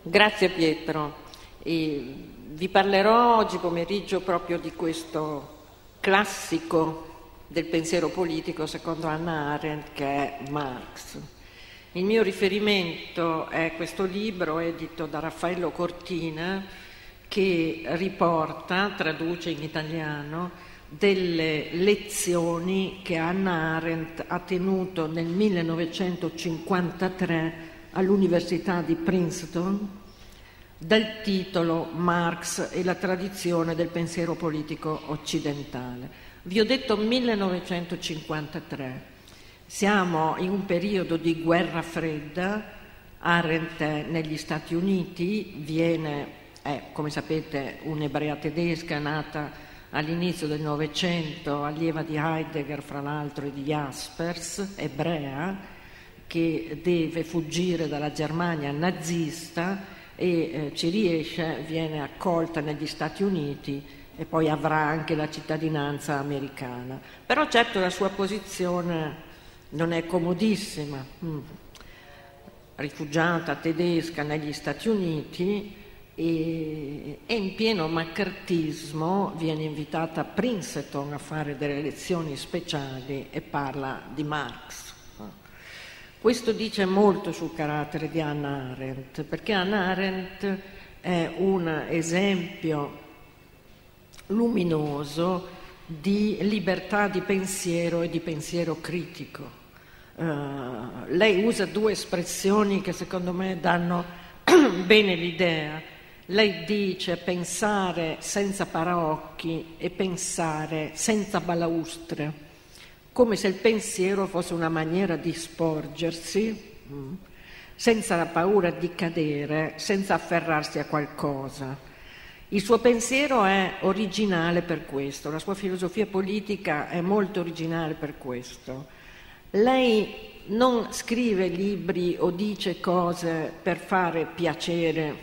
Grazie Pietro. Vi parlerò oggi pomeriggio proprio di questo classico del pensiero politico secondo Hannah Arendt, che è Marx. Il mio riferimento è questo libro edito da Raffaello Cortina, che riporta, traduce in italiano, delle lezioni che Hannah Arendt ha tenuto nel 1953 all'Università di Princeton, dal titolo Marx e la tradizione del pensiero politico occidentale. Vi ho detto 1953, siamo in un periodo di guerra fredda. Arendt è negli Stati Uniti, è, come sapete, un'ebrea tedesca nata all'inizio del Novecento, allieva di Heidegger fra l'altro e di Jaspers, ebrea, che deve fuggire dalla Germania nazista e ci riesce, viene accolta negli Stati Uniti e poi avrà anche la cittadinanza americana. Però certo la sua posizione non è comodissima, rifugiata tedesca negli Stati Uniti e in pieno maccartismo viene invitata a Princeton a fare delle lezioni speciali e parla di Marx. Questo dice molto sul carattere di Hannah Arendt, perché Hannah Arendt è un esempio luminoso di libertà di pensiero e di pensiero critico. Lei usa due espressioni che secondo me danno bene l'idea. Lei dice pensare senza paraocchi e pensare senza balaustre, come se il pensiero fosse una maniera di sporgersi senza la paura di cadere, senza afferrarsi a qualcosa. Il suo pensiero è originale per questo, la sua filosofia politica è molto originale per questo. Lei non scrive libri o dice cose per fare piacere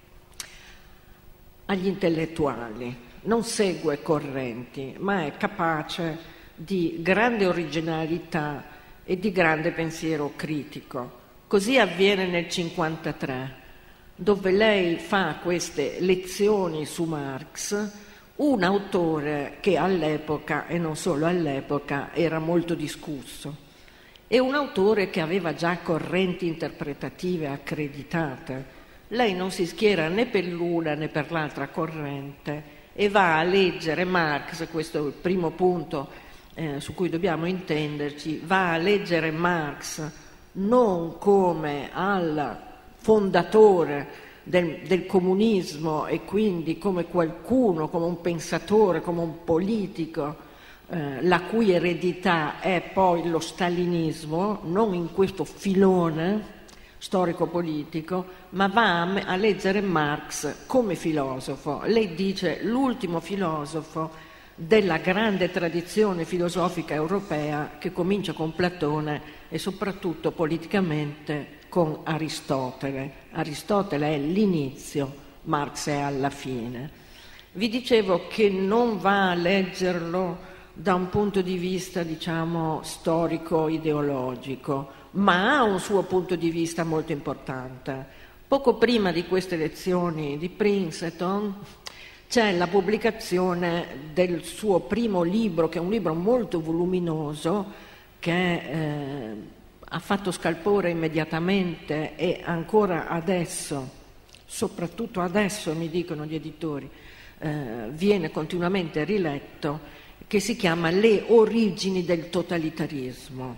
agli intellettuali, non segue correnti, ma è capace di grande originalità e di grande pensiero critico. Così avviene nel 1953, dove lei fa queste lezioni su Marx, un autore che all'epoca, e non solo all'epoca, era molto discusso, e un autore che aveva già correnti interpretative accreditate. Lei non si schiera né per l'una né per l'altra corrente e va a leggere Marx, questo è il primo punto su cui dobbiamo intenderci, va a leggere Marx non come al fondatore del comunismo e quindi come qualcuno, come un pensatore, come un politico, la cui eredità è poi lo stalinismo, non in questo filone storico-politico, ma va a leggere Marx come filosofo. Lei dice l'ultimo filosofo della grande tradizione filosofica europea che comincia con Platone e soprattutto politicamente con Aristotele. Aristotele è l'inizio, Marx è alla fine. Vi dicevo che non va a leggerlo da un punto di vista, diciamo, storico-ideologico, ma ha un suo punto di vista molto importante. Poco prima di queste lezioni di Princeton c'è la pubblicazione del suo primo libro, che è un libro molto voluminoso, che ha fatto scalpore immediatamente e ancora adesso, soprattutto adesso mi dicono gli editori, viene continuamente riletto, che si chiama Le origini del totalitarismo.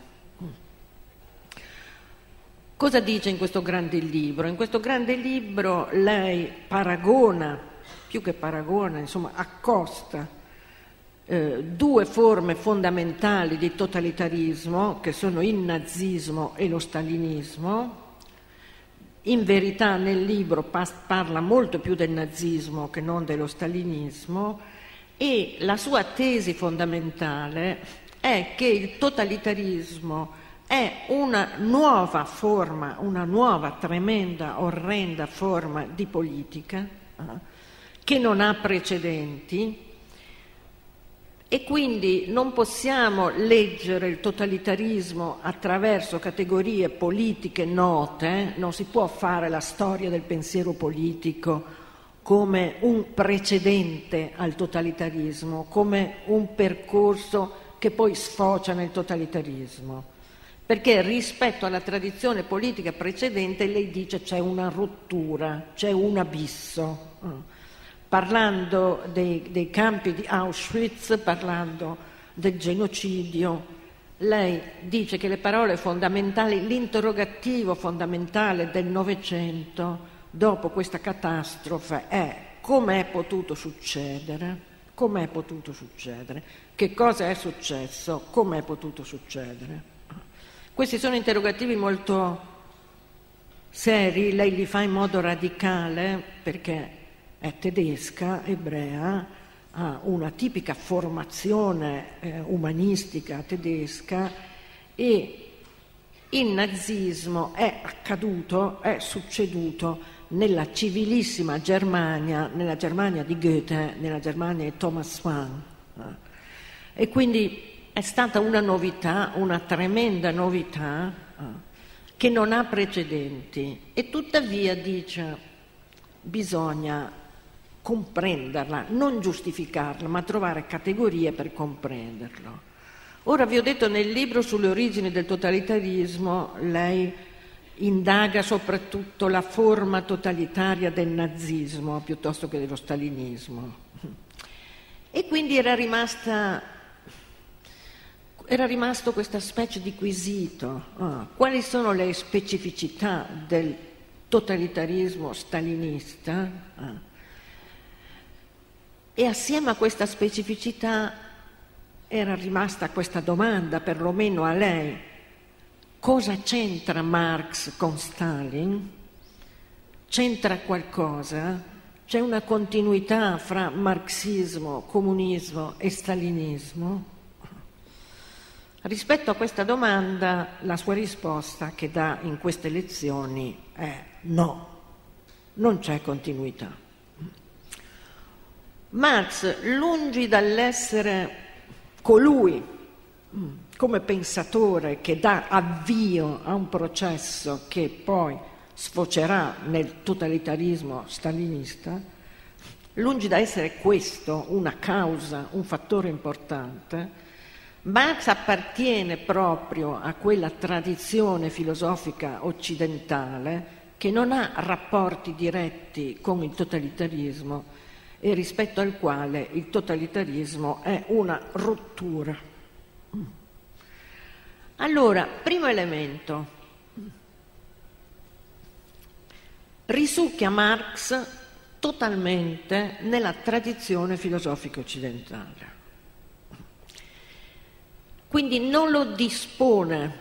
Cosa dice in questo grande libro? In questo grande libro lei paragona, più che paragona, insomma accosta due forme fondamentali di totalitarismo che sono il nazismo e lo stalinismo. In verità nel libro parla molto più del nazismo che non dello stalinismo e la sua tesi fondamentale è che il totalitarismo è una nuova forma, una nuova tremenda, orrenda forma di politica che non ha precedenti, E quindi non possiamo leggere il totalitarismo attraverso categorie politiche note, non si può fare la storia del pensiero politico come un precedente al totalitarismo, come un percorso che poi sfocia nel totalitarismo, perché rispetto alla tradizione politica precedente lei dice c'è una rottura, c'è un abisso. Parlando dei campi di Auschwitz, parlando del genocidio, lei dice che le parole fondamentali, l'interrogativo fondamentale del Novecento dopo questa catastrofe è: com'è potuto succedere? Com'è potuto succedere? Che cosa è successo? Com'è potuto succedere? Questi sono interrogativi molto seri, lei li fa in modo radicale perché è tedesca, ebrea, ha una tipica formazione umanistica tedesca e il nazismo è accaduto, è succeduto nella civilissima Germania, nella Germania di Goethe, nella Germania di Thomas Mann. E quindi è stata una novità, una tremenda novità che non ha precedenti e tuttavia dice bisogna comprenderla, non giustificarla, ma trovare categorie per comprenderlo. Ora vi ho detto nel libro sulle origini del totalitarismo lei indaga soprattutto la forma totalitaria del nazismo piuttosto che dello stalinismo. E quindi era rimasto questa specie di quesito. Quali sono le specificità del totalitarismo stalinista? E assieme a questa specificità era rimasta questa domanda, perlomeno a lei: cosa c'entra Marx con Stalin? C'entra qualcosa? C'è una continuità fra marxismo, comunismo e stalinismo? Rispetto a questa domanda, la sua risposta che dà in queste lezioni è no, non c'è continuità. Marx, lungi dall'essere colui come pensatore che dà avvio a un processo che poi sfocerà nel totalitarismo stalinista, lungi da essere questo una causa, un fattore importante, Marx appartiene proprio a quella tradizione filosofica occidentale che non ha rapporti diretti con il totalitarismo e rispetto al quale il totalitarismo è una rottura. Allora, primo elemento, risucchia Marx totalmente nella tradizione filosofica occidentale. Quindi non lo dispone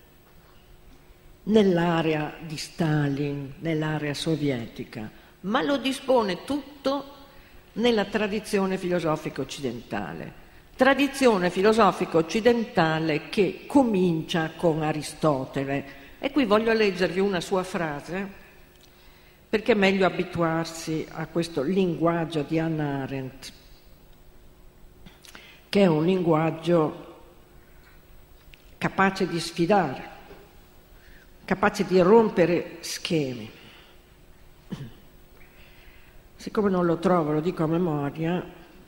nell'area di Stalin, nell'area sovietica, ma lo dispone tutto nella tradizione filosofica occidentale. Tradizione filosofica occidentale che comincia con Aristotele. E qui voglio leggervi una sua frase, perché è meglio abituarsi a questo linguaggio di Hannah Arendt, che è un linguaggio capace di sfidare, capace di rompere schemi. Siccome non lo trovo, lo dico a memoria,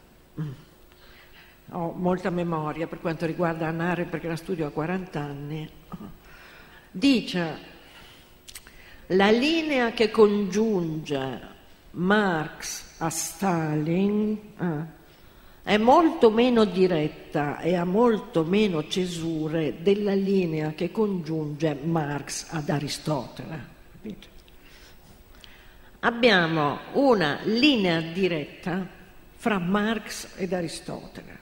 ho molta memoria per quanto riguarda Hannah Arendt perché la studio a 40 anni, dice: la linea che congiunge Marx a Stalin è molto meno diretta e ha molto meno cesure della linea che congiunge Marx ad Aristotele. Capite? Abbiamo una linea diretta fra Marx ed Aristotele.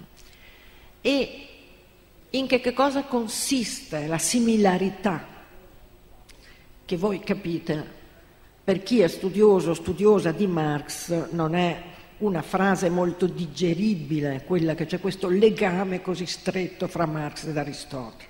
E in che cosa consiste la similarità? Che voi capite, per chi è studioso o studiosa di Marx, non è una frase molto digeribile, quella che c'è questo legame così stretto fra Marx ed Aristotele.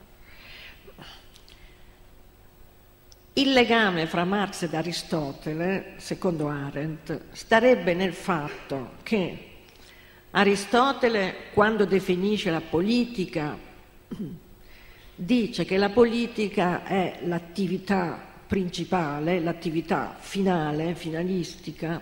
Il legame fra Marx ed Aristotele, secondo Arendt, starebbe nel fatto che Aristotele, quando definisce la politica, dice che la politica è l'attività principale, l'attività finale, finalistica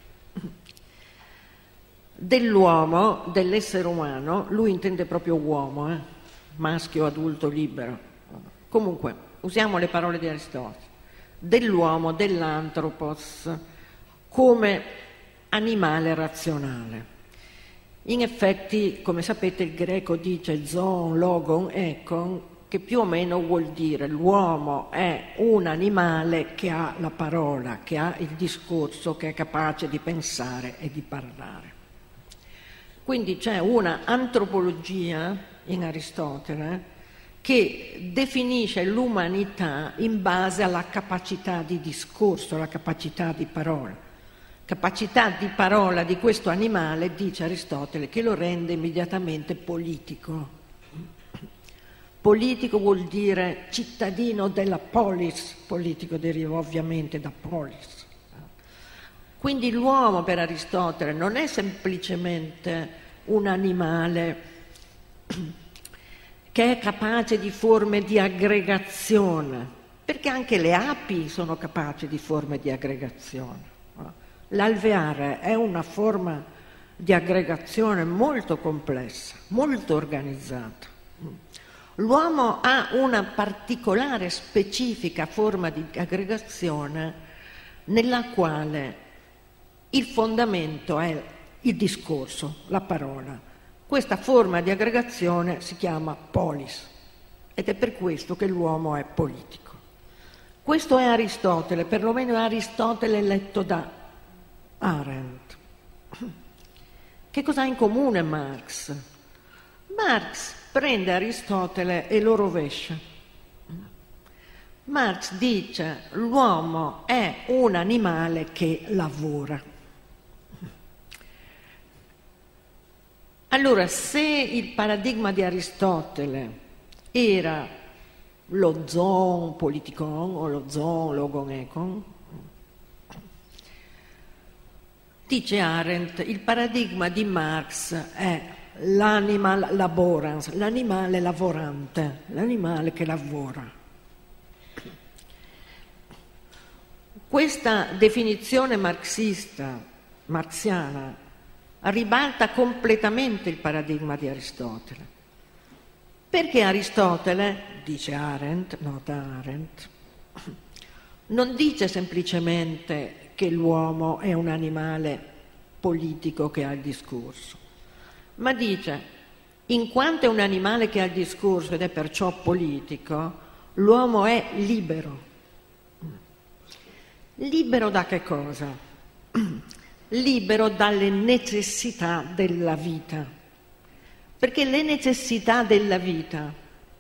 dell'uomo, dell'essere umano. Lui intende proprio uomo, maschio, adulto, libero. Comunque, usiamo le parole di Aristotele. Dell'uomo, dell'anthropos, come animale razionale. In effetti, come sapete, il greco dice zoon, logon, ekon, che più o meno vuol dire l'uomo è un animale che ha la parola, che ha il discorso, che è capace di pensare e di parlare. Quindi c'è una antropologia in Aristotele che definisce l'umanità in base alla capacità di discorso, alla capacità di parola. Capacità di parola di questo animale, dice Aristotele, che lo rende immediatamente politico. Politico vuol dire cittadino della polis, politico deriva ovviamente da polis. Quindi l'uomo per Aristotele non è semplicemente un animale che è capace di forme di aggregazione, perché anche le api sono capaci di forme di aggregazione. L'alveare è una forma di aggregazione molto complessa, molto organizzata. L'uomo ha una particolare, specifica forma di aggregazione nella quale il fondamento è il discorso, la parola. Questa forma di aggregazione si chiama polis ed è per questo che l'uomo è politico. Questo è Aristotele, perlomeno è Aristotele letto da Arendt. Che cosa ha in comune Marx? Marx prende Aristotele e lo rovescia. Marx dice l'uomo è un animale che lavora. Allora, se il paradigma di Aristotele era lo zoon politikon o lo zoon logon ekon, dice Arendt, il paradigma di Marx è l'animal laborans, l'animale lavorante, l'animale che lavora. Questa definizione marxiana, ribalta completamente il paradigma di Aristotele. Perché Aristotele, dice Arendt, nota Arendt, non dice semplicemente che l'uomo è un animale politico che ha il discorso, ma dice, in quanto è un animale che ha il discorso ed è perciò politico, l'uomo è libero. Libero da che cosa? Libero dalle necessità della vita, perché le necessità della vita,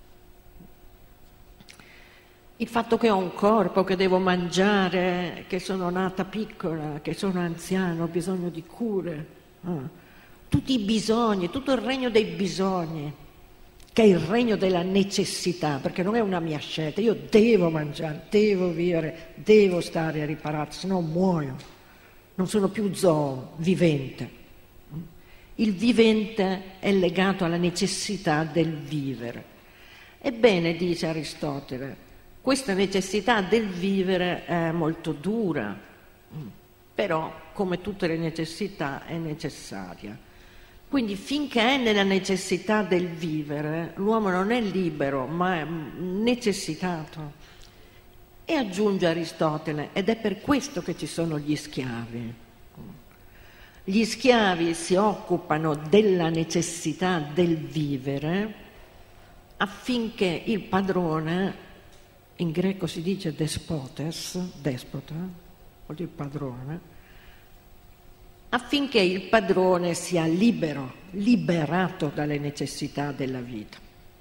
il fatto che ho un corpo, che devo mangiare, che sono nata piccola, che sono anziano, ho bisogno di cure, tutti i bisogni, tutto il regno dei bisogni, che è il regno della necessità, perché non è una mia scelta, io devo mangiare, devo vivere, devo stare riparato, se no muoio, non sono più zoon, vivente. Il vivente è legato alla necessità del vivere. Ebbene, dice Aristotele, questa necessità del vivere è molto dura, però come tutte le necessità è necessaria. Quindi finché è nella necessità del vivere, l'uomo non è libero, ma è necessitato. E aggiunge Aristotele, ed è per questo che ci sono gli schiavi. Gli schiavi si occupano della necessità del vivere affinché il padrone, in greco si dice despotes, despota, vuol dire padrone, affinché il padrone sia liberato dalle necessità della vita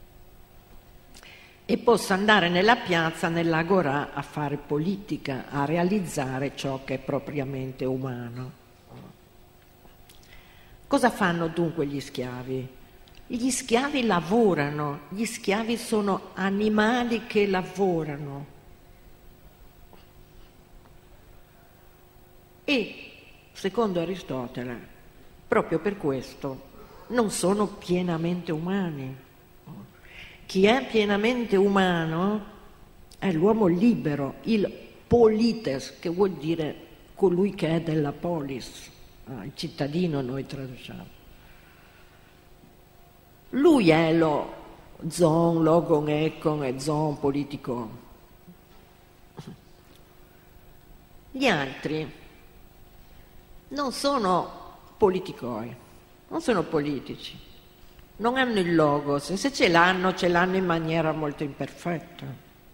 e possa andare nella piazza, nell'agorà, a fare politica, a realizzare ciò che è propriamente umano. Cosa fanno dunque gli schiavi? Gli schiavi lavorano, gli schiavi sono animali che lavorano. E, secondo Aristotele, proprio per questo non sono pienamente umani. Chi è pienamente umano è l'uomo libero, il polites, che vuol dire colui che è della polis, il cittadino noi traduciamo. Lui è lo zoon, logon, econ e zoon politico. Gli altri non sono politicoi, non sono politici, non hanno il logos, e se ce l'hanno in maniera molto imperfetta.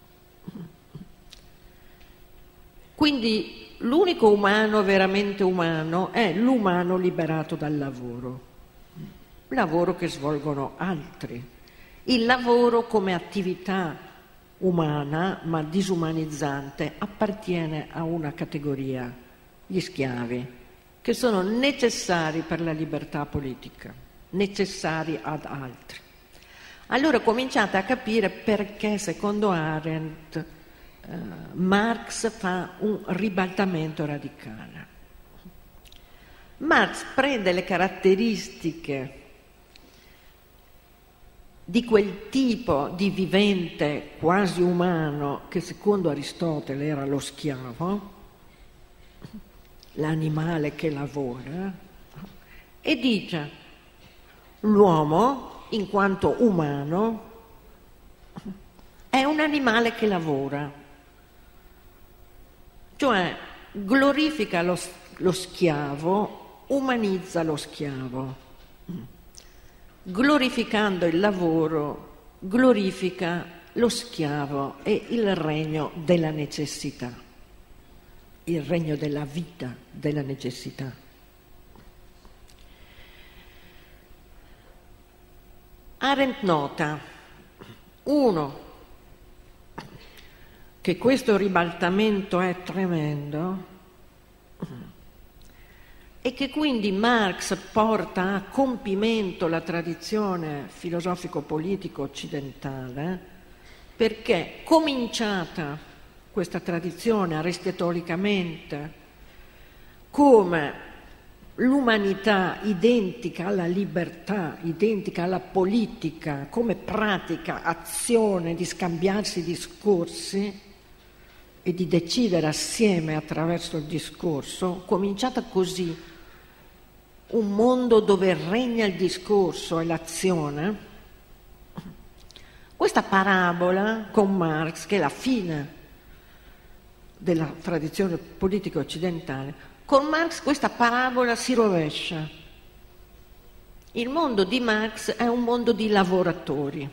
Quindi l'unico umano veramente umano è l'umano liberato dal lavoro che svolgono altri. Il lavoro come attività umana ma disumanizzante appartiene a una categoria, gli schiavi, che sono necessari per la libertà politica, necessari ad altri. Allora cominciate a capire perché, secondo Arendt, Marx fa un ribaltamento radicale. Marx prende le caratteristiche di quel tipo di vivente quasi umano che secondo Aristotele era lo schiavo, l'animale che lavora, e dice: l'uomo, in quanto umano, è un animale che lavora, cioè glorifica lo schiavo, umanizza lo schiavo. Glorificando il lavoro, glorifica lo schiavo e il regno della necessità, il regno della vita, della necessità. Arendt nota, uno, che questo ribaltamento è tremendo e che quindi Marx porta a compimento la tradizione filosofico-politico occidentale, perché cominciata questa tradizione aristotelicamente come l'umanità identica alla libertà, identica alla politica, come pratica, azione di scambiarsi discorsi e di decidere assieme attraverso il discorso, cominciata così un mondo dove regna il discorso e l'azione, questa parabola con Marx, che è la fine della tradizione politica occidentale, con Marx questa parabola si rovescia. Il mondo di Marx è un mondo di lavoratori,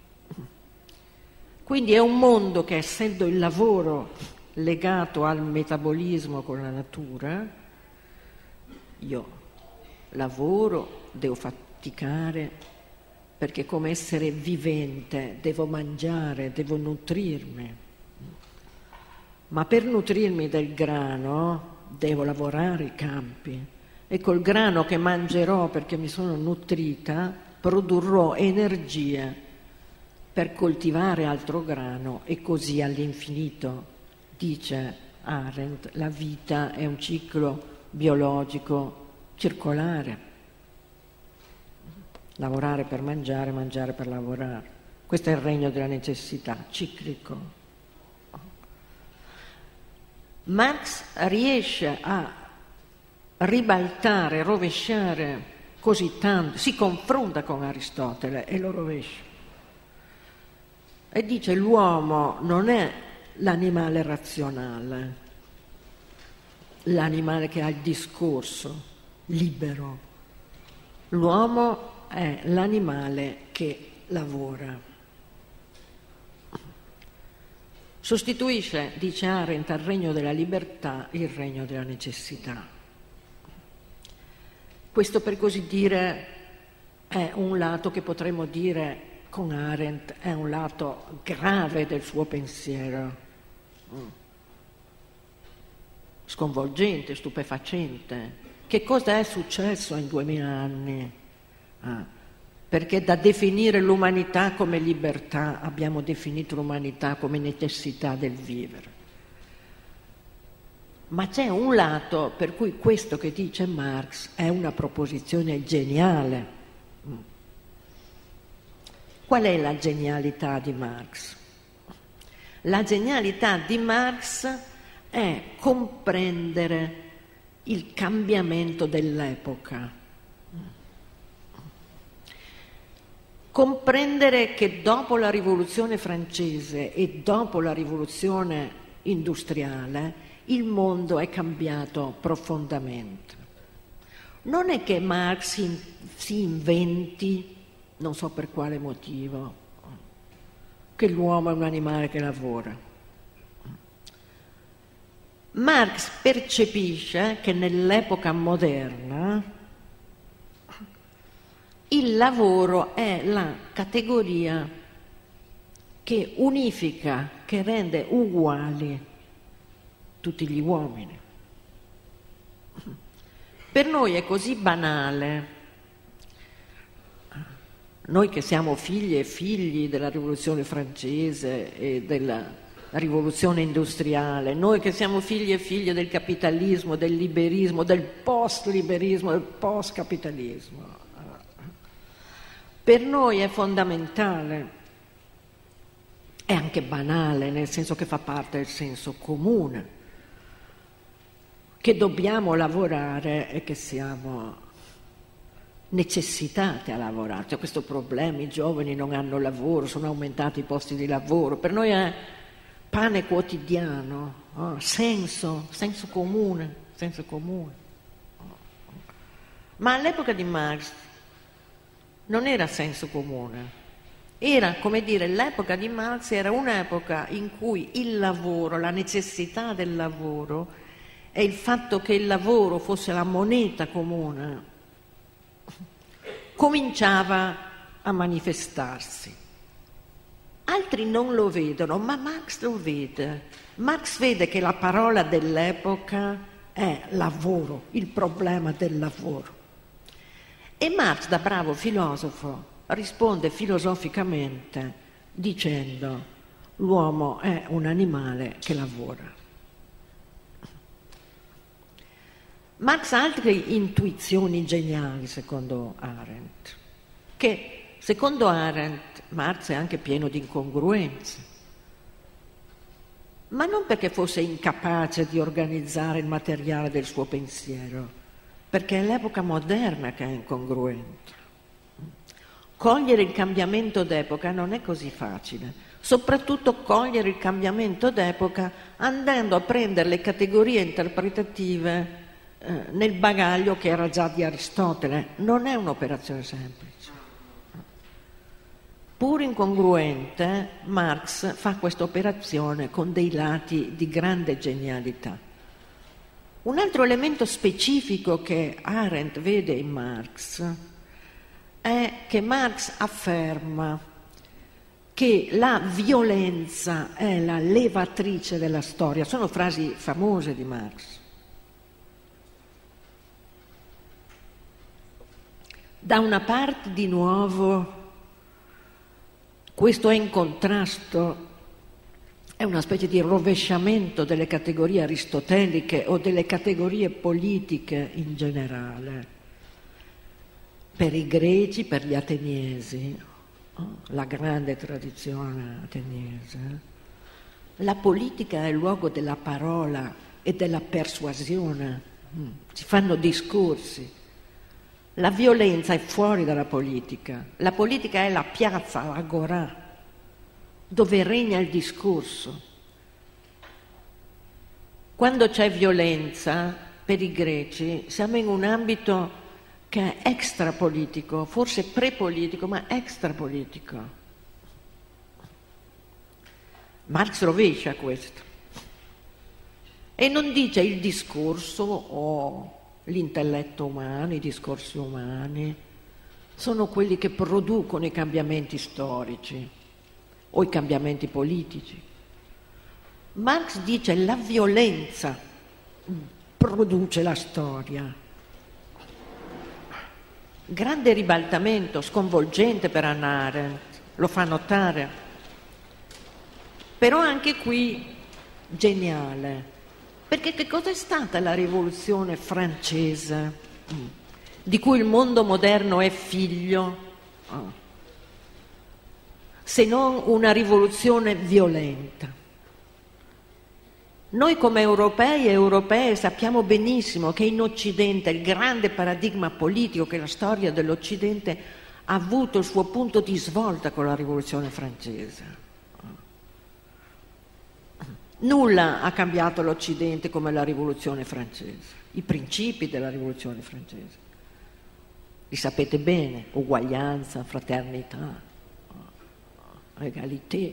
quindi è un mondo che, essendo il lavoro legato al metabolismo con la natura, io lavoro, devo faticare, perché come essere vivente devo mangiare, devo nutrirmi, ma per nutrirmi del grano devo lavorare i campi e col grano che mangerò perché mi sono nutrita produrrò energia per coltivare altro grano e così all'infinito. Dice Arendt, la vita è un ciclo biologico circolare. Lavorare per mangiare, mangiare per lavorare. Questo è il regno della necessità, ciclico. Marx riesce a ribaltare, rovesciare così tanto, si confronta con Aristotele e lo rovescia. E dice: l'uomo non è l'animale razionale, l'animale che ha il discorso libero. L'uomo è l'animale che lavora. Sostituisce, dice Arendt, al regno della libertà il regno della necessità. Questo, per così dire, è un lato che potremmo dire con Arendt è un lato grave del suo pensiero, sconvolgente, stupefacente. Che cosa è successo in 2000 anni? Perché da definire l'umanità come libertà abbiamo definito l'umanità come necessità del vivere. Ma c'è un lato per cui questo che dice Marx è una proposizione geniale. Qual è la genialità di Marx? La genialità di Marx è comprendere il cambiamento dell'epoca. Comprendere che dopo la rivoluzione francese e dopo la rivoluzione industriale il mondo è cambiato profondamente. Non è che Marx si inventi, non so per quale motivo, che l'uomo è un animale che lavora. Marx percepisce che nell'epoca moderna il lavoro è la categoria che unifica, che rende uguali tutti gli uomini. Per noi è così banale, noi che siamo figlie e figli della rivoluzione francese e della rivoluzione industriale, noi che siamo figli e figlie del capitalismo, del liberismo, del post-liberismo, del post-capitalismo. Per noi è fondamentale, è anche banale, nel senso che fa parte del senso comune, che dobbiamo lavorare e che siamo necessitate a lavorare. C'è questo problema, i giovani non hanno lavoro, sono aumentati i posti di lavoro. Per noi è pane quotidiano, senso comune. Ma all'epoca di Marx non era senso comune, era, come dire, l'epoca di Marx era un'epoca in cui il lavoro, la necessità del lavoro e il fatto che il lavoro fosse la moneta comune cominciava a manifestarsi. Altri non lo vedono, ma Marx lo vede. Marx vede che la parola dell'epoca è lavoro, il problema del lavoro. E Marx, da bravo filosofo, risponde filosoficamente dicendo: l'uomo è un animale che lavora. Marx ha altre intuizioni geniali, secondo Arendt, che secondo Arendt Marx è anche pieno di incongruenze, ma non perché fosse incapace di organizzare il materiale del suo pensiero, perché è l'epoca moderna che è incongruente. Cogliere il cambiamento d'epoca non è così facile, soprattutto cogliere il cambiamento d'epoca andando a prendere le categorie interpretative nel bagaglio che era già di Aristotele. Non è un'operazione semplice. Pur incongruente, Marx fa questa operazione con dei lati di grande genialità. Un altro elemento specifico che Arendt vede in Marx è che Marx afferma che la violenza è la levatrice della storia. Sono frasi famose di Marx. Da una parte, di nuovo, questo è in contrasto, è una specie di rovesciamento delle categorie aristoteliche o delle categorie politiche in generale. Per i greci, per gli ateniesi, la grande tradizione ateniese, la politica è il luogo della parola e della persuasione, si fanno discorsi. La violenza è fuori dalla politica, la politica è la piazza, l'agorà, dove regna il discorso. Quando c'è violenza, per i greci, siamo in un ambito che è extrapolitico, forse prepolitico, ma extrapolitico. Marx rovescia questo e non dice il discorso o l'intelletto umano, i discorsi umani sono quelli che producono i cambiamenti storici o i cambiamenti politici. Marx dice la violenza produce la storia. Grande ribaltamento, sconvolgente per Hannah Arendt, lo fa notare. Però anche qui geniale. Perché che cosa è stata la rivoluzione francese, di cui il mondo moderno è figlio, se non una rivoluzione violenta? Noi come europei e europee sappiamo benissimo che in Occidente il grande paradigma politico, che la storia dell'Occidente ha avuto il suo punto di svolta con la rivoluzione francese. Nulla ha cambiato l'Occidente come la rivoluzione francese, i principi della rivoluzione francese. Li sapete bene: uguaglianza, fraternità, egalité,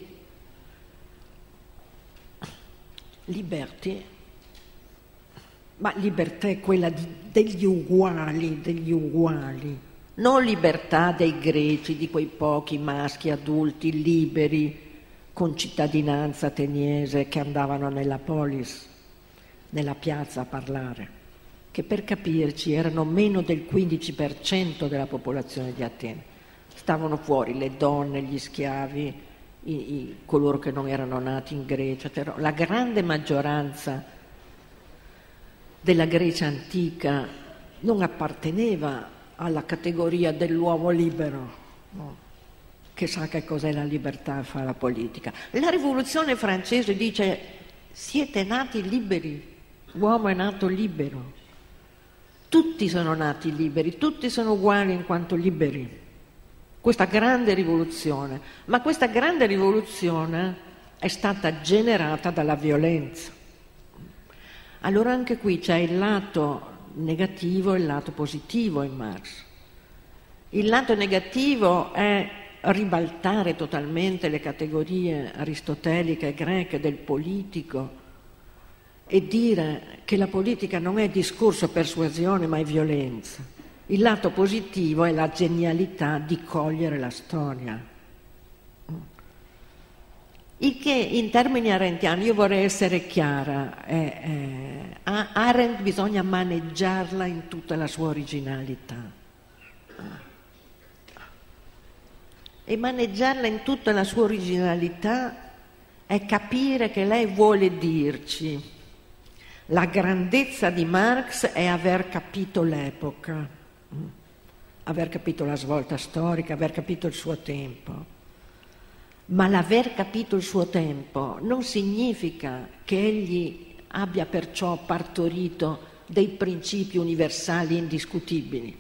libertà. Ma libertà è quella degli uguali, non libertà dei greci, di quei pochi maschi adulti liberi con cittadinanza ateniese che andavano nella polis, nella piazza a parlare, che per capirci erano meno del 15% della popolazione di Atene. Stavano fuori le donne, gli schiavi, coloro che non erano nati in Grecia. La grande maggioranza della Grecia antica non apparteneva alla categoria dell'uomo libero, no? Che sa che cos'è la libertà e fa la politica. La rivoluzione francese dice: siete nati liberi, l'uomo è nato libero, tutti sono nati liberi, tutti sono uguali in quanto liberi. Questa grande rivoluzione, ma questa grande rivoluzione è stata generata dalla violenza. Allora anche qui c'è il lato negativo e il lato positivo in Marx. Il lato negativo è ribaltare totalmente le categorie aristoteliche e greche del politico e dire che la politica non è discorso persuasione ma è violenza. Il lato positivo è la genialità di cogliere la storia. Il che in termini arendtiani, io vorrei essere chiara, Arendt bisogna maneggiarla in tutta la sua originalità. E maneggiarla in tutta la sua originalità è capire che lei vuole dirci: la grandezza di Marx è aver capito l'epoca, aver capito la svolta storica, aver capito il suo tempo. Ma l'aver capito il suo tempo non significa che egli abbia perciò partorito dei principi universali indiscutibili.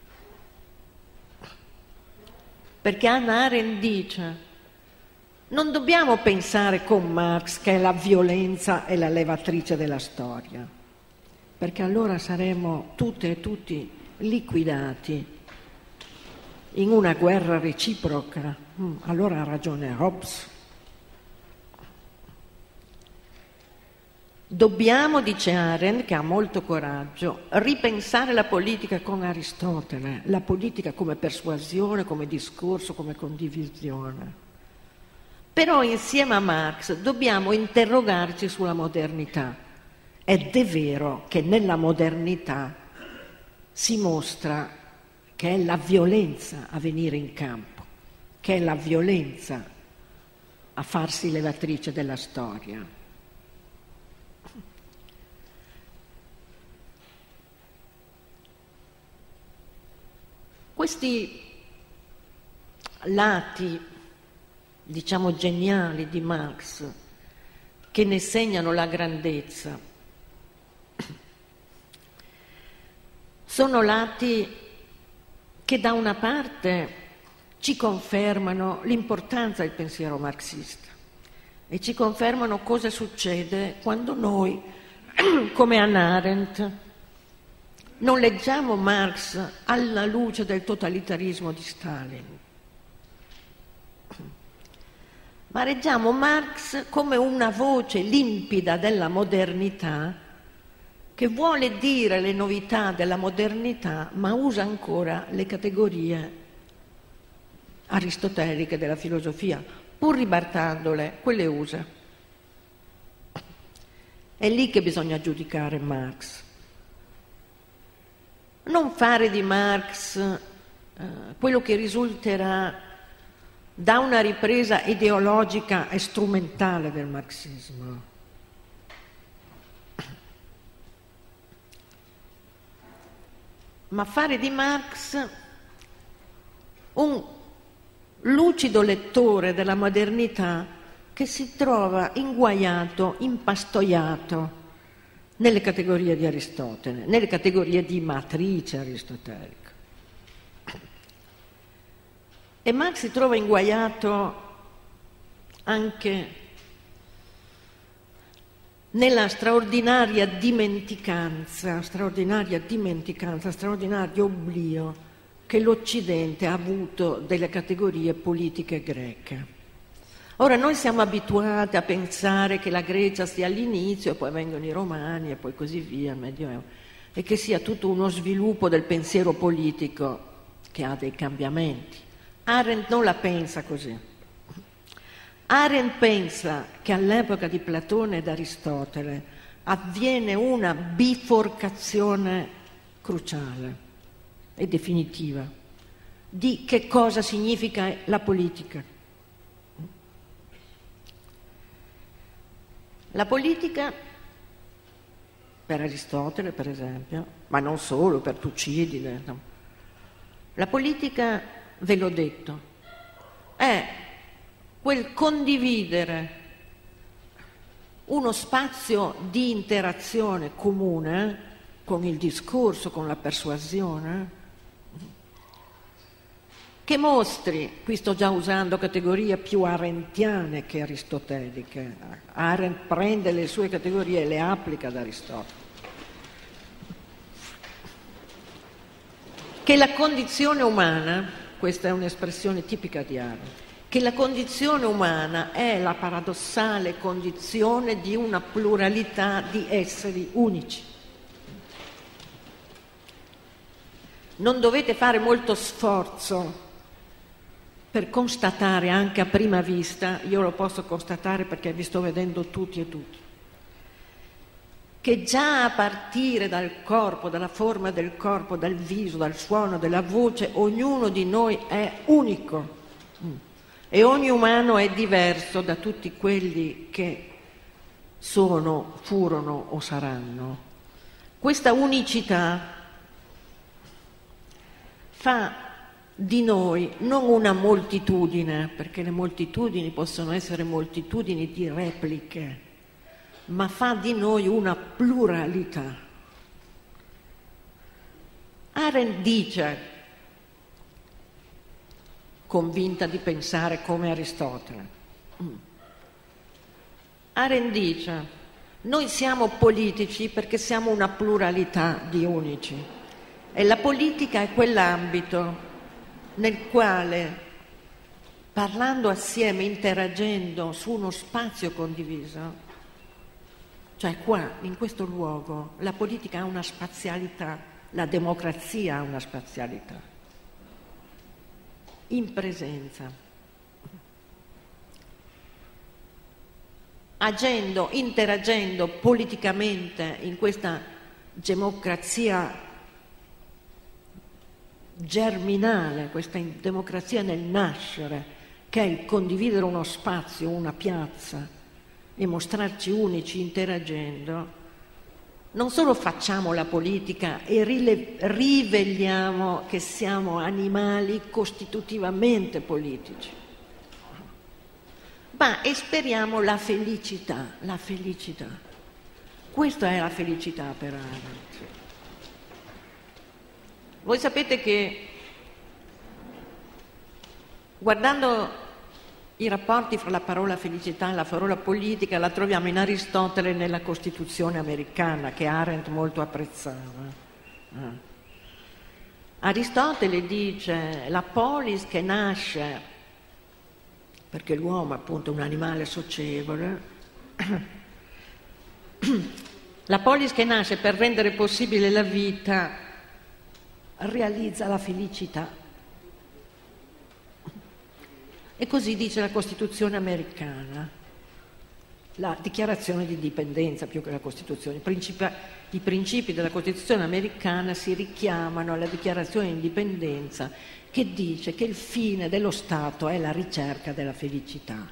Perché Hannah Arendt dice: non dobbiamo pensare con Marx che la violenza è la levatrice della storia, perché allora saremo tutte e tutti liquidati in una guerra reciproca. Allora ha ragione Hobbes. Dobbiamo, dice Arendt, che ha molto coraggio, ripensare la politica con Aristotele, la politica come persuasione, come discorso, come condivisione. Però insieme a Marx dobbiamo interrogarci sulla modernità. Ed è vero che nella modernità si mostra che è la violenza a venire in campo, che è la violenza a farsi levatrice della storia. Questi lati, diciamo, geniali di Marx, che ne segnano la grandezza, sono lati che da una parte ci confermano l'importanza del pensiero marxista e ci confermano cosa succede quando noi, come Hannah Arendt, non leggiamo Marx alla luce del totalitarismo di Stalin, ma leggiamo Marx come una voce limpida della modernità che vuole dire le novità della modernità, ma usa ancora le categorie aristoteliche della filosofia, pur ribaltandole, quelle usa. È lì che bisogna giudicare Marx. Non fare di Marx quello che risulterà da una ripresa ideologica e strumentale del marxismo. ma fare di Marx un lucido lettore della modernità che si trova inguaiato, impastoiato nelle categorie di Aristotele, nelle categorie di matrice aristotelica. E Marx si trova inguaiato anche nella straordinaria dimenticanza, straordinario oblio che l'Occidente ha avuto delle categorie politiche greche. Ora noi siamo abituati a pensare che la Grecia sia all'inizio, e poi vengono i Romani e poi così via, il Medioevo, e che sia tutto uno sviluppo del pensiero politico che ha dei cambiamenti. Arendt non la pensa così. Arendt pensa che all'epoca di Platone ed Aristotele avviene una biforcazione cruciale e definitiva di che cosa significa la politica. La politica, per Aristotele per esempio, ma non solo, per Tucidide, no. La politica, ve l'ho detto, è quel condividere uno spazio di interazione comune con il discorso, con la persuasione, che mostri, qui sto già usando categorie più arendtiane che aristoteliche, Arendt prende le sue categorie e le applica ad Aristotele, che la condizione umana, questa è un'espressione tipica di Arendt, che la condizione umana è la paradossale condizione di una pluralità di esseri unici. Non dovete fare molto sforzo per constatare anche a prima vista, io lo posso constatare perché vi sto vedendo tutti e tutti, che già a partire dal corpo, dalla forma del corpo, dal viso, dal suono, della voce, ognuno di noi è unico e ogni umano è diverso da tutti quelli che sono, furono o saranno. Questa unicità fa di noi non una moltitudine, perché le moltitudini possono essere moltitudini di repliche, ma fa di noi una pluralità. Arendt dice, convinta di pensare come Aristotele, Arendt dice, noi siamo politici perché siamo una pluralità di unici e la politica è quell'ambito nel quale, parlando assieme, interagendo su uno spazio condiviso, cioè qua, in questo luogo, la politica ha una spazialità, la democrazia ha una spazialità, in presenza, agendo, interagendo politicamente in questa democrazia germinale, questa democrazia nel nascere, che è il condividere uno spazio, una piazza e mostrarci unici interagendo, non solo facciamo la politica e riveliamo che siamo animali costitutivamente politici, ma esperiamo la felicità, la felicità. Questa è la felicità per Arendt. Voi sapete che guardando i rapporti fra la parola felicità e la parola politica la troviamo in Aristotele nella Costituzione americana che Arendt molto apprezzava. Aristotele dice la polis che nasce, perché l'uomo appunto è un animale socievole, la polis che nasce per rendere possibile la vita realizza la felicità. E così dice la Costituzione americana, la dichiarazione di indipendenza più che la Costituzione. I principi della Costituzione americana si richiamano alla dichiarazione di indipendenza che dice che il fine dello Stato è la ricerca della felicità.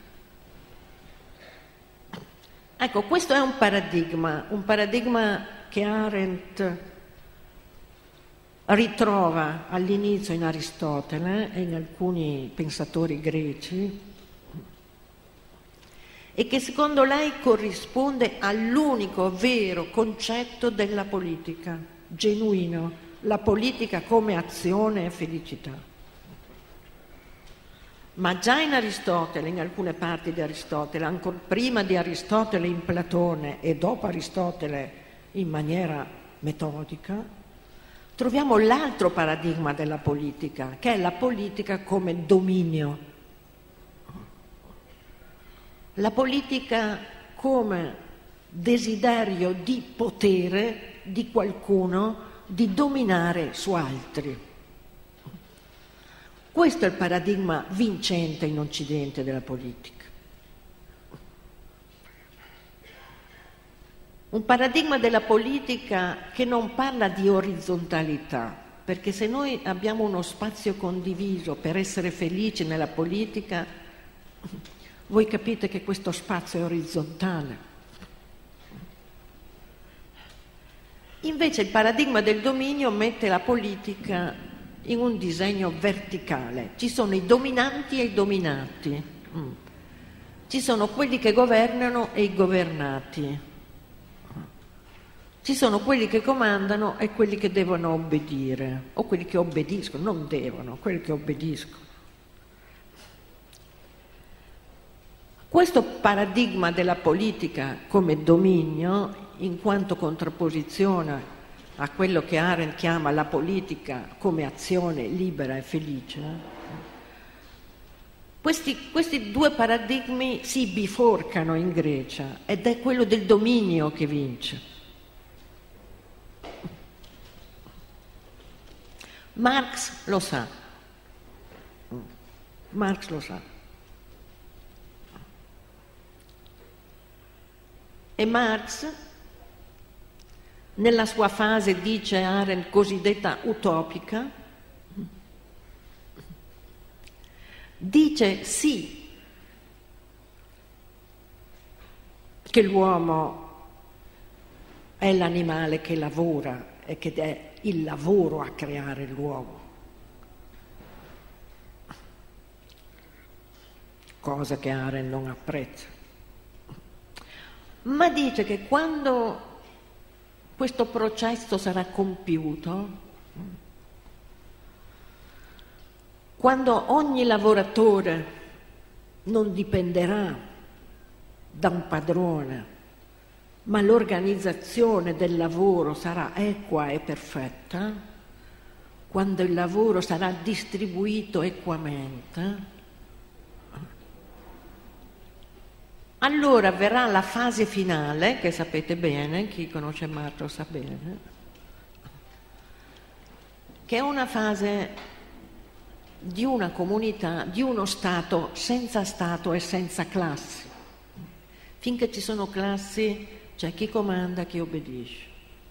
Ecco, questo è un paradigma che Arendt ritrova all'inizio in Aristotele e in alcuni pensatori greci e che secondo lei corrisponde all'unico vero concetto della politica, genuino, la politica come azione e felicità. Ma già in Aristotele, in alcune parti di Aristotele, ancora prima di Aristotele in Platone e dopo Aristotele in maniera metodica, troviamo l'altro paradigma della politica, che è la politica come dominio. La politica come desiderio di potere di qualcuno di dominare su altri. Questo è il paradigma vincente in Occidente della politica. Un paradigma della politica che non parla di orizzontalità, perché se noi abbiamo uno spazio condiviso per essere felici nella politica, voi capite che questo spazio è orizzontale. Invece il paradigma del dominio mette la politica in un disegno verticale. Ci sono i dominanti e i dominati. Ci sono quelli che governano e i governati. Ci sono quelli che comandano e quelli che devono obbedire, o quelli che obbediscono, non devono, quelli che obbediscono. Questo paradigma della politica come dominio, in quanto contrapposizione a quello che Arendt chiama la politica come azione libera e felice, questi due paradigmi si biforcano in Grecia ed è quello del dominio che vince. Marx lo sa. Marx lo sa. E Marx, nella sua fase, dice Arendt, cosiddetta utopica, dice sì che l'uomo è l'animale che lavora e che è il lavoro a creare l'uomo, cosa che Arendt non apprezza, ma dice che quando questo processo sarà compiuto, quando ogni lavoratore non dipenderà da un padrone, ma l'organizzazione del lavoro sarà equa e perfetta, quando il lavoro sarà distribuito equamente, allora verrà la fase finale, che sapete bene, chi conosce Marx lo sa bene, che è una fase di una comunità, di uno Stato senza Stato e senza classi. Finché ci sono classi c'è chi comanda, chi obbedisce.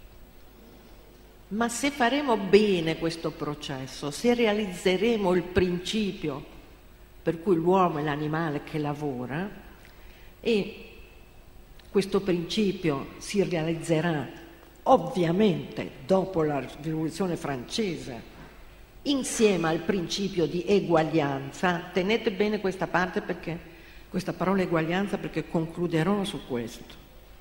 Ma se faremo bene questo processo, se realizzeremo il principio per cui l'uomo è l'animale che lavora, e questo principio si realizzerà ovviamente dopo la Rivoluzione francese insieme al principio di eguaglianza. Tenete bene questa parte, perché questa parola eguaglianza, perché concluderò su questo.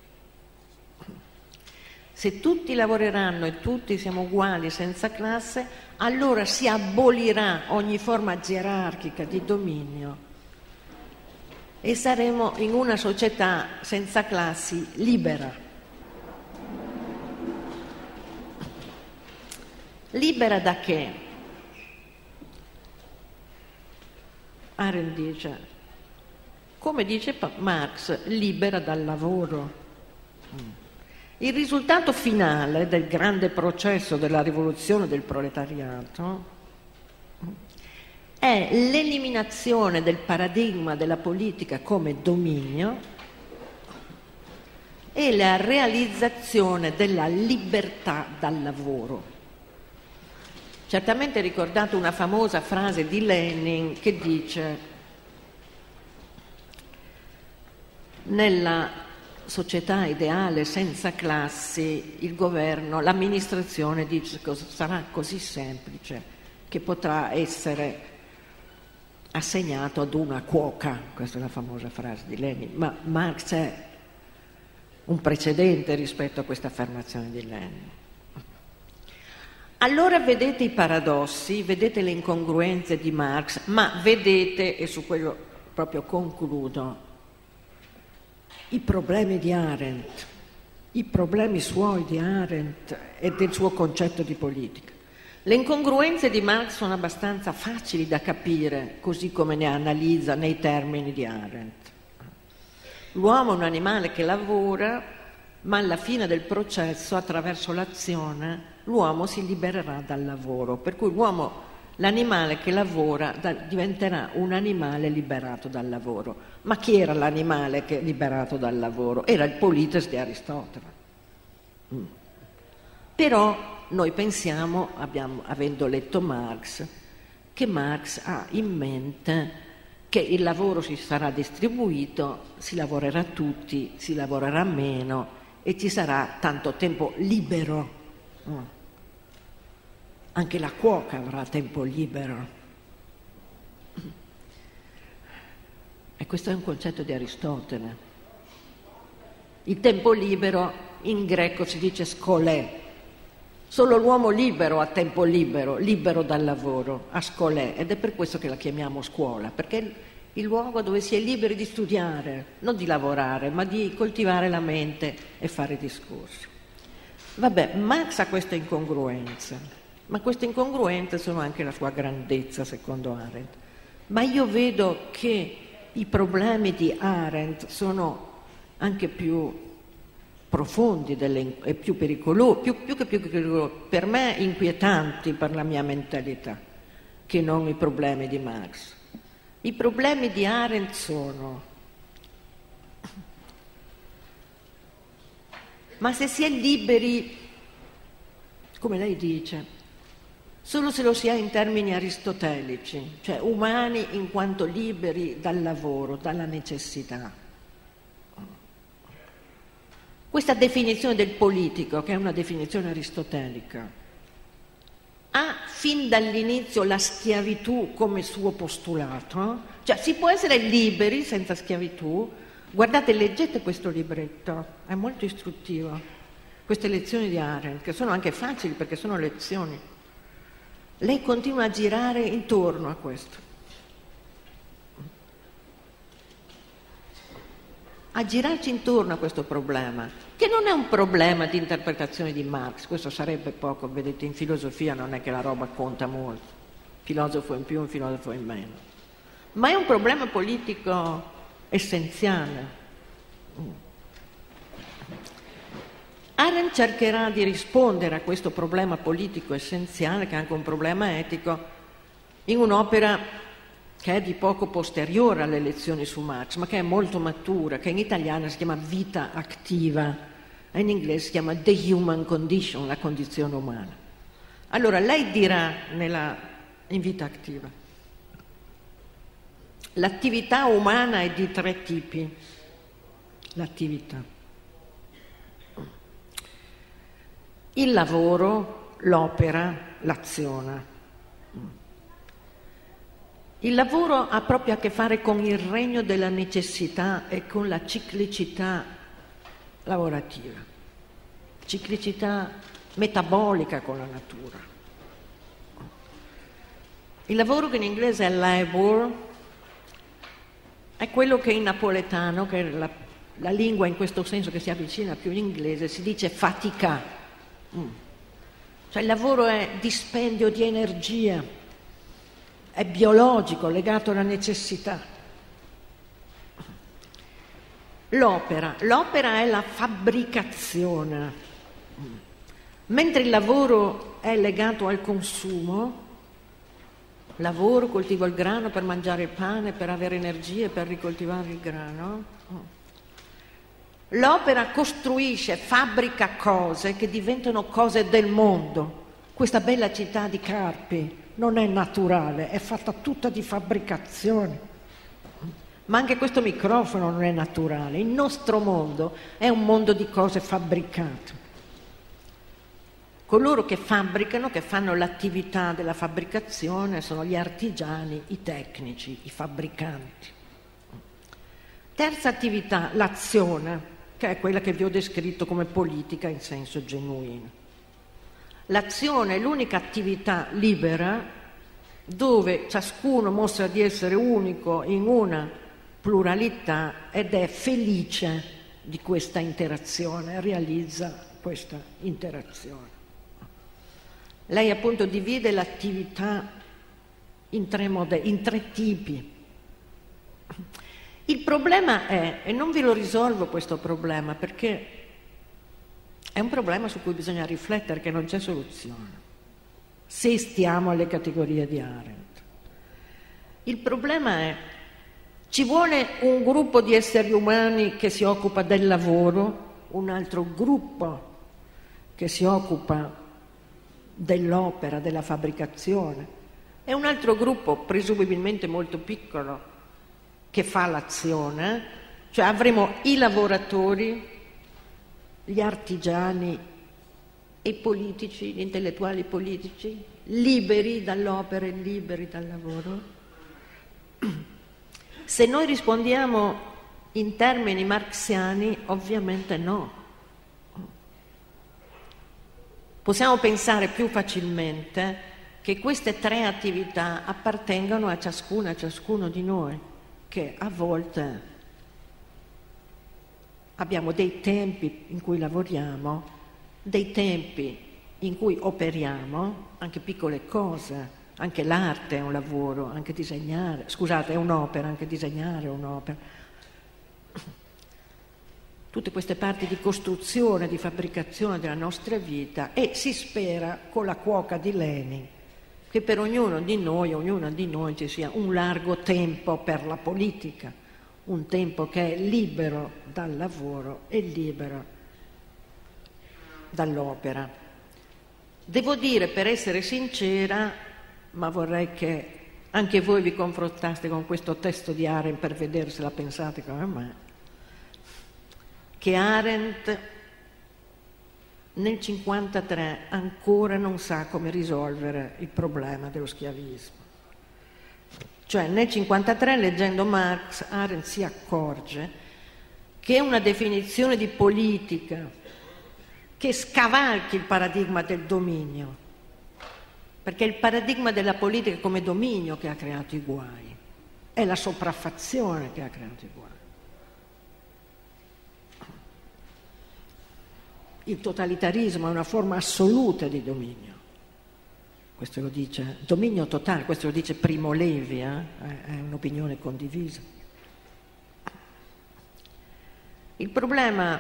Se tutti lavoreranno e tutti siamo uguali senza classe, allora si abolirà ogni forma gerarchica di dominio e saremo in una società senza classi libera. Libera da che? Arendt dice, come dice Marx, libera dal lavoro. Il risultato finale del grande processo della rivoluzione del proletariato è l'eliminazione del paradigma della politica come dominio e la realizzazione della libertà dal lavoro. Certamente ricordate una famosa frase di Lenin che dice: nella società ideale senza classi, il governo, l'amministrazione dice che sarà così semplice che potrà essere assegnato ad una cuoca, questa è la famosa frase di Lenin, ma Marx è un precedente rispetto a questa affermazione di Lenin. Allora vedete i paradossi, vedete le incongruenze di Marx, ma vedete, e su quello proprio concludo, i problemi di Arendt, i problemi suoi di Arendt e del suo concetto di politica. Le incongruenze di Marx sono abbastanza facili da capire, così come ne analizza nei termini di Arendt. L'uomo è un animale che lavora, ma alla fine del processo, attraverso l'azione, l'uomo si libererà dal lavoro. Per cui l'animale che lavora diventerà un animale liberato dal lavoro. Ma chi era l'animale che è liberato dal lavoro? Era il polites di Aristotele. Però noi pensiamo, avendo letto Marx, che Marx ha in mente che il lavoro si sarà distribuito, si lavorerà tutti, si lavorerà meno e ci sarà tanto tempo libero. Anche la cuoca avrà tempo libero. E questo è un concetto di Aristotele. Il tempo libero in greco si dice scolè. Solo l'uomo libero ha tempo libero, libero dal lavoro, a scolè, ed è per questo che la chiamiamo scuola, perché è il luogo dove si è liberi di studiare, non di lavorare, ma di coltivare la mente e fare discorsi. Vabbè, Marx ha queste incongruenze, ma queste incongruenze sono anche la sua grandezza, secondo Arendt. Ma io vedo che i problemi di Arendt sono anche più profondi e più pericolosi, più che pericolosi, per me inquietanti per la mia mentalità, che non i problemi di Marx. I problemi di Arendt sono: ma se si è liberi, come lei dice, solo se lo si è in termini aristotelici, cioè umani in quanto liberi dal lavoro, dalla necessità. Questa definizione del politico, che è una definizione aristotelica, ha fin dall'inizio la schiavitù come suo postulato? Cioè si può essere liberi senza schiavitù? Guardate, leggete questo libretto, è molto istruttivo. Queste lezioni di Arendt, che sono anche facili perché sono lezioni. Lei continua a girare intorno a questo. A girarci intorno a questo problema, che non è un problema di interpretazione di Marx, questo sarebbe poco, vedete, in filosofia non è che la roba conta molto, filosofo in più, un filosofo in meno, ma è un problema politico essenziale. Arendt cercherà di rispondere a questo problema politico essenziale, che è anche un problema etico, in un'opera che è di poco posteriore alle lezioni su Marx, ma che è molto matura, che in italiano si chiama Vita attiva, e in inglese si chiama The Human Condition, la condizione umana. Allora, lei dirà in Vita attiva: l'attività umana è di 3 tipi. L'attività: il lavoro, l'opera, l'azione. Il lavoro ha proprio a che fare con il regno della necessità e con la ciclicità lavorativa, ciclicità metabolica con la natura. Il lavoro, che in inglese è labor, è quello che in napoletano, che è la lingua in questo senso che si avvicina più all'inglese, si dice fatica. Cioè il lavoro è dispendio di energia, è biologico, legato alla necessità. L'opera è la fabbricazione, mentre il lavoro è legato al consumo. Lavoro, coltivo il grano per mangiare il pane, per avere energie, per ricoltivare il grano. L'opera costruisce, fabbrica cose che diventano cose del mondo. Questa bella città di Carpi non è naturale, è fatta tutta di fabbricazione. Ma anche questo microfono non è naturale. Il nostro mondo è un mondo di cose fabbricate. Coloro che fabbricano, che fanno l'attività della fabbricazione, sono gli artigiani, i tecnici, i fabbricanti. Terza attività, l'azione, che è quella che vi ho descritto come politica in senso genuino. L'azione è l'unica attività libera dove ciascuno mostra di essere unico in una pluralità ed è felice di questa interazione, realizza questa interazione. Lei appunto divide l'attività in tre tipi. Il problema è, e non ve lo risolvo questo problema perché è un problema su cui bisogna riflettere, che non c'è soluzione, se stiamo alle categorie di Arendt. Il problema è, ci vuole un gruppo di esseri umani che si occupa del lavoro, un altro gruppo che si occupa dell'opera, della fabbricazione, e un altro gruppo, presumibilmente molto piccolo, che fa l'azione, cioè avremo i lavoratori, gli artigiani e i politici, gli intellettuali politici, liberi dall'opera e liberi dal lavoro. Se noi rispondiamo in termini marxiani, ovviamente no. Possiamo pensare più facilmente che queste tre attività appartengano a ciascuno di noi, che a volte abbiamo dei tempi in cui lavoriamo, dei tempi in cui operiamo, anche piccole cose, anche l'arte è un lavoro, anche disegnare, scusate, è un'opera, anche disegnare è un'opera. Tutte queste parti di costruzione, di fabbricazione della nostra vita, e si spera con la cuoca di Lenin che per ognuna di noi ci sia un largo tempo per la politica, un tempo che è libero dal lavoro e libero dall'opera. Devo dire, per essere sincera, ma vorrei che anche voi vi confrontaste con questo testo di Arendt per vedere se la pensate come me, che Arendt nel 1953 ancora non sa come risolvere il problema dello schiavismo. Cioè nel 1953, leggendo Marx, Arendt si accorge che una definizione di politica che scavalchi il paradigma del dominio, perché è il paradigma della politica come dominio che ha creato i guai, è la sopraffazione che ha creato i guai. Il totalitarismo è una forma assoluta di dominio. Questo lo dice, dominio totale, questo lo dice Primo Levi, è un'opinione condivisa. Il problema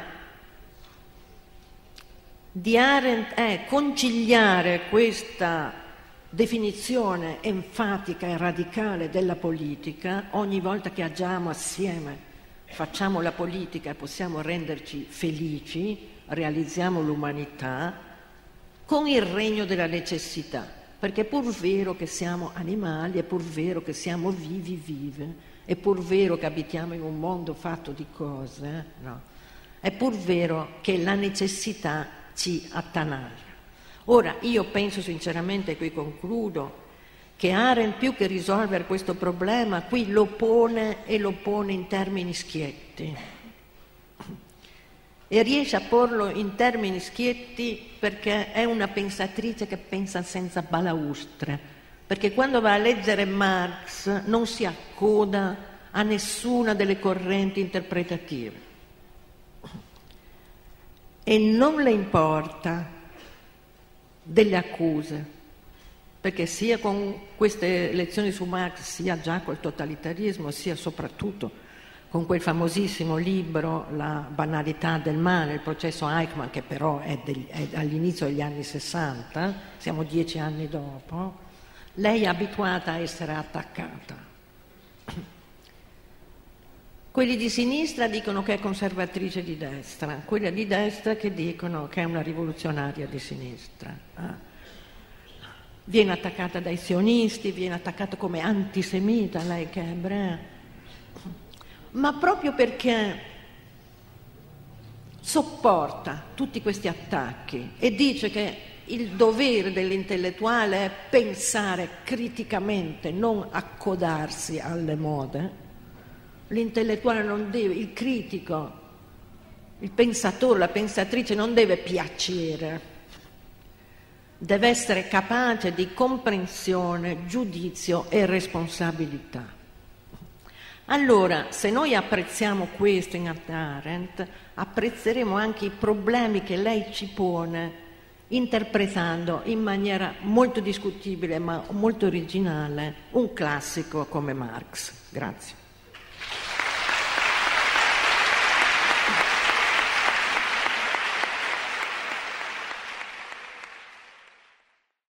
di Arendt è conciliare questa definizione enfatica e radicale della politica ogni volta che agiamo assieme, facciamo la politica e possiamo renderci felici, realizziamo l'umanità, con il regno della necessità, perché è pur vero che siamo animali, è pur vero che siamo vive, è pur vero che abitiamo in un mondo fatto di cose, no? È pur vero che la necessità ci attanaglia. Ora, io penso sinceramente, e qui concludo, che Arendt, più che risolvere questo problema, qui lo pone in termini schietti. E riesce a porlo in termini schietti perché è una pensatrice che pensa senza balaustre, perché quando va a leggere Marx non si accoda a nessuna delle correnti interpretative e non le importa delle accuse, perché sia con queste lezioni su Marx, sia già col totalitarismo, sia soprattutto con quel famosissimo libro La banalità del male, il processo Eichmann, che però è all'inizio degli anni 60, siamo 10 anni dopo, lei è abituata a essere attaccata. Quelli di sinistra dicono che è conservatrice di destra, quelli di destra che dicono che è una rivoluzionaria di sinistra. Viene attaccata dai sionisti, viene attaccata come antisemita, lei che è ebrea. ma proprio perché sopporta tutti questi attacchi e dice che il dovere dell'intellettuale è pensare criticamente, non accodarsi alle mode. L'intellettuale non deve, il critico, il pensatore, la pensatrice non deve piacere, deve essere capace di comprensione, giudizio e responsabilità. Allora, se noi apprezziamo questo in Hannah Arendt, apprezzeremo anche i problemi che lei ci pone, interpretando in maniera molto discutibile ma molto originale un classico come Marx. Grazie.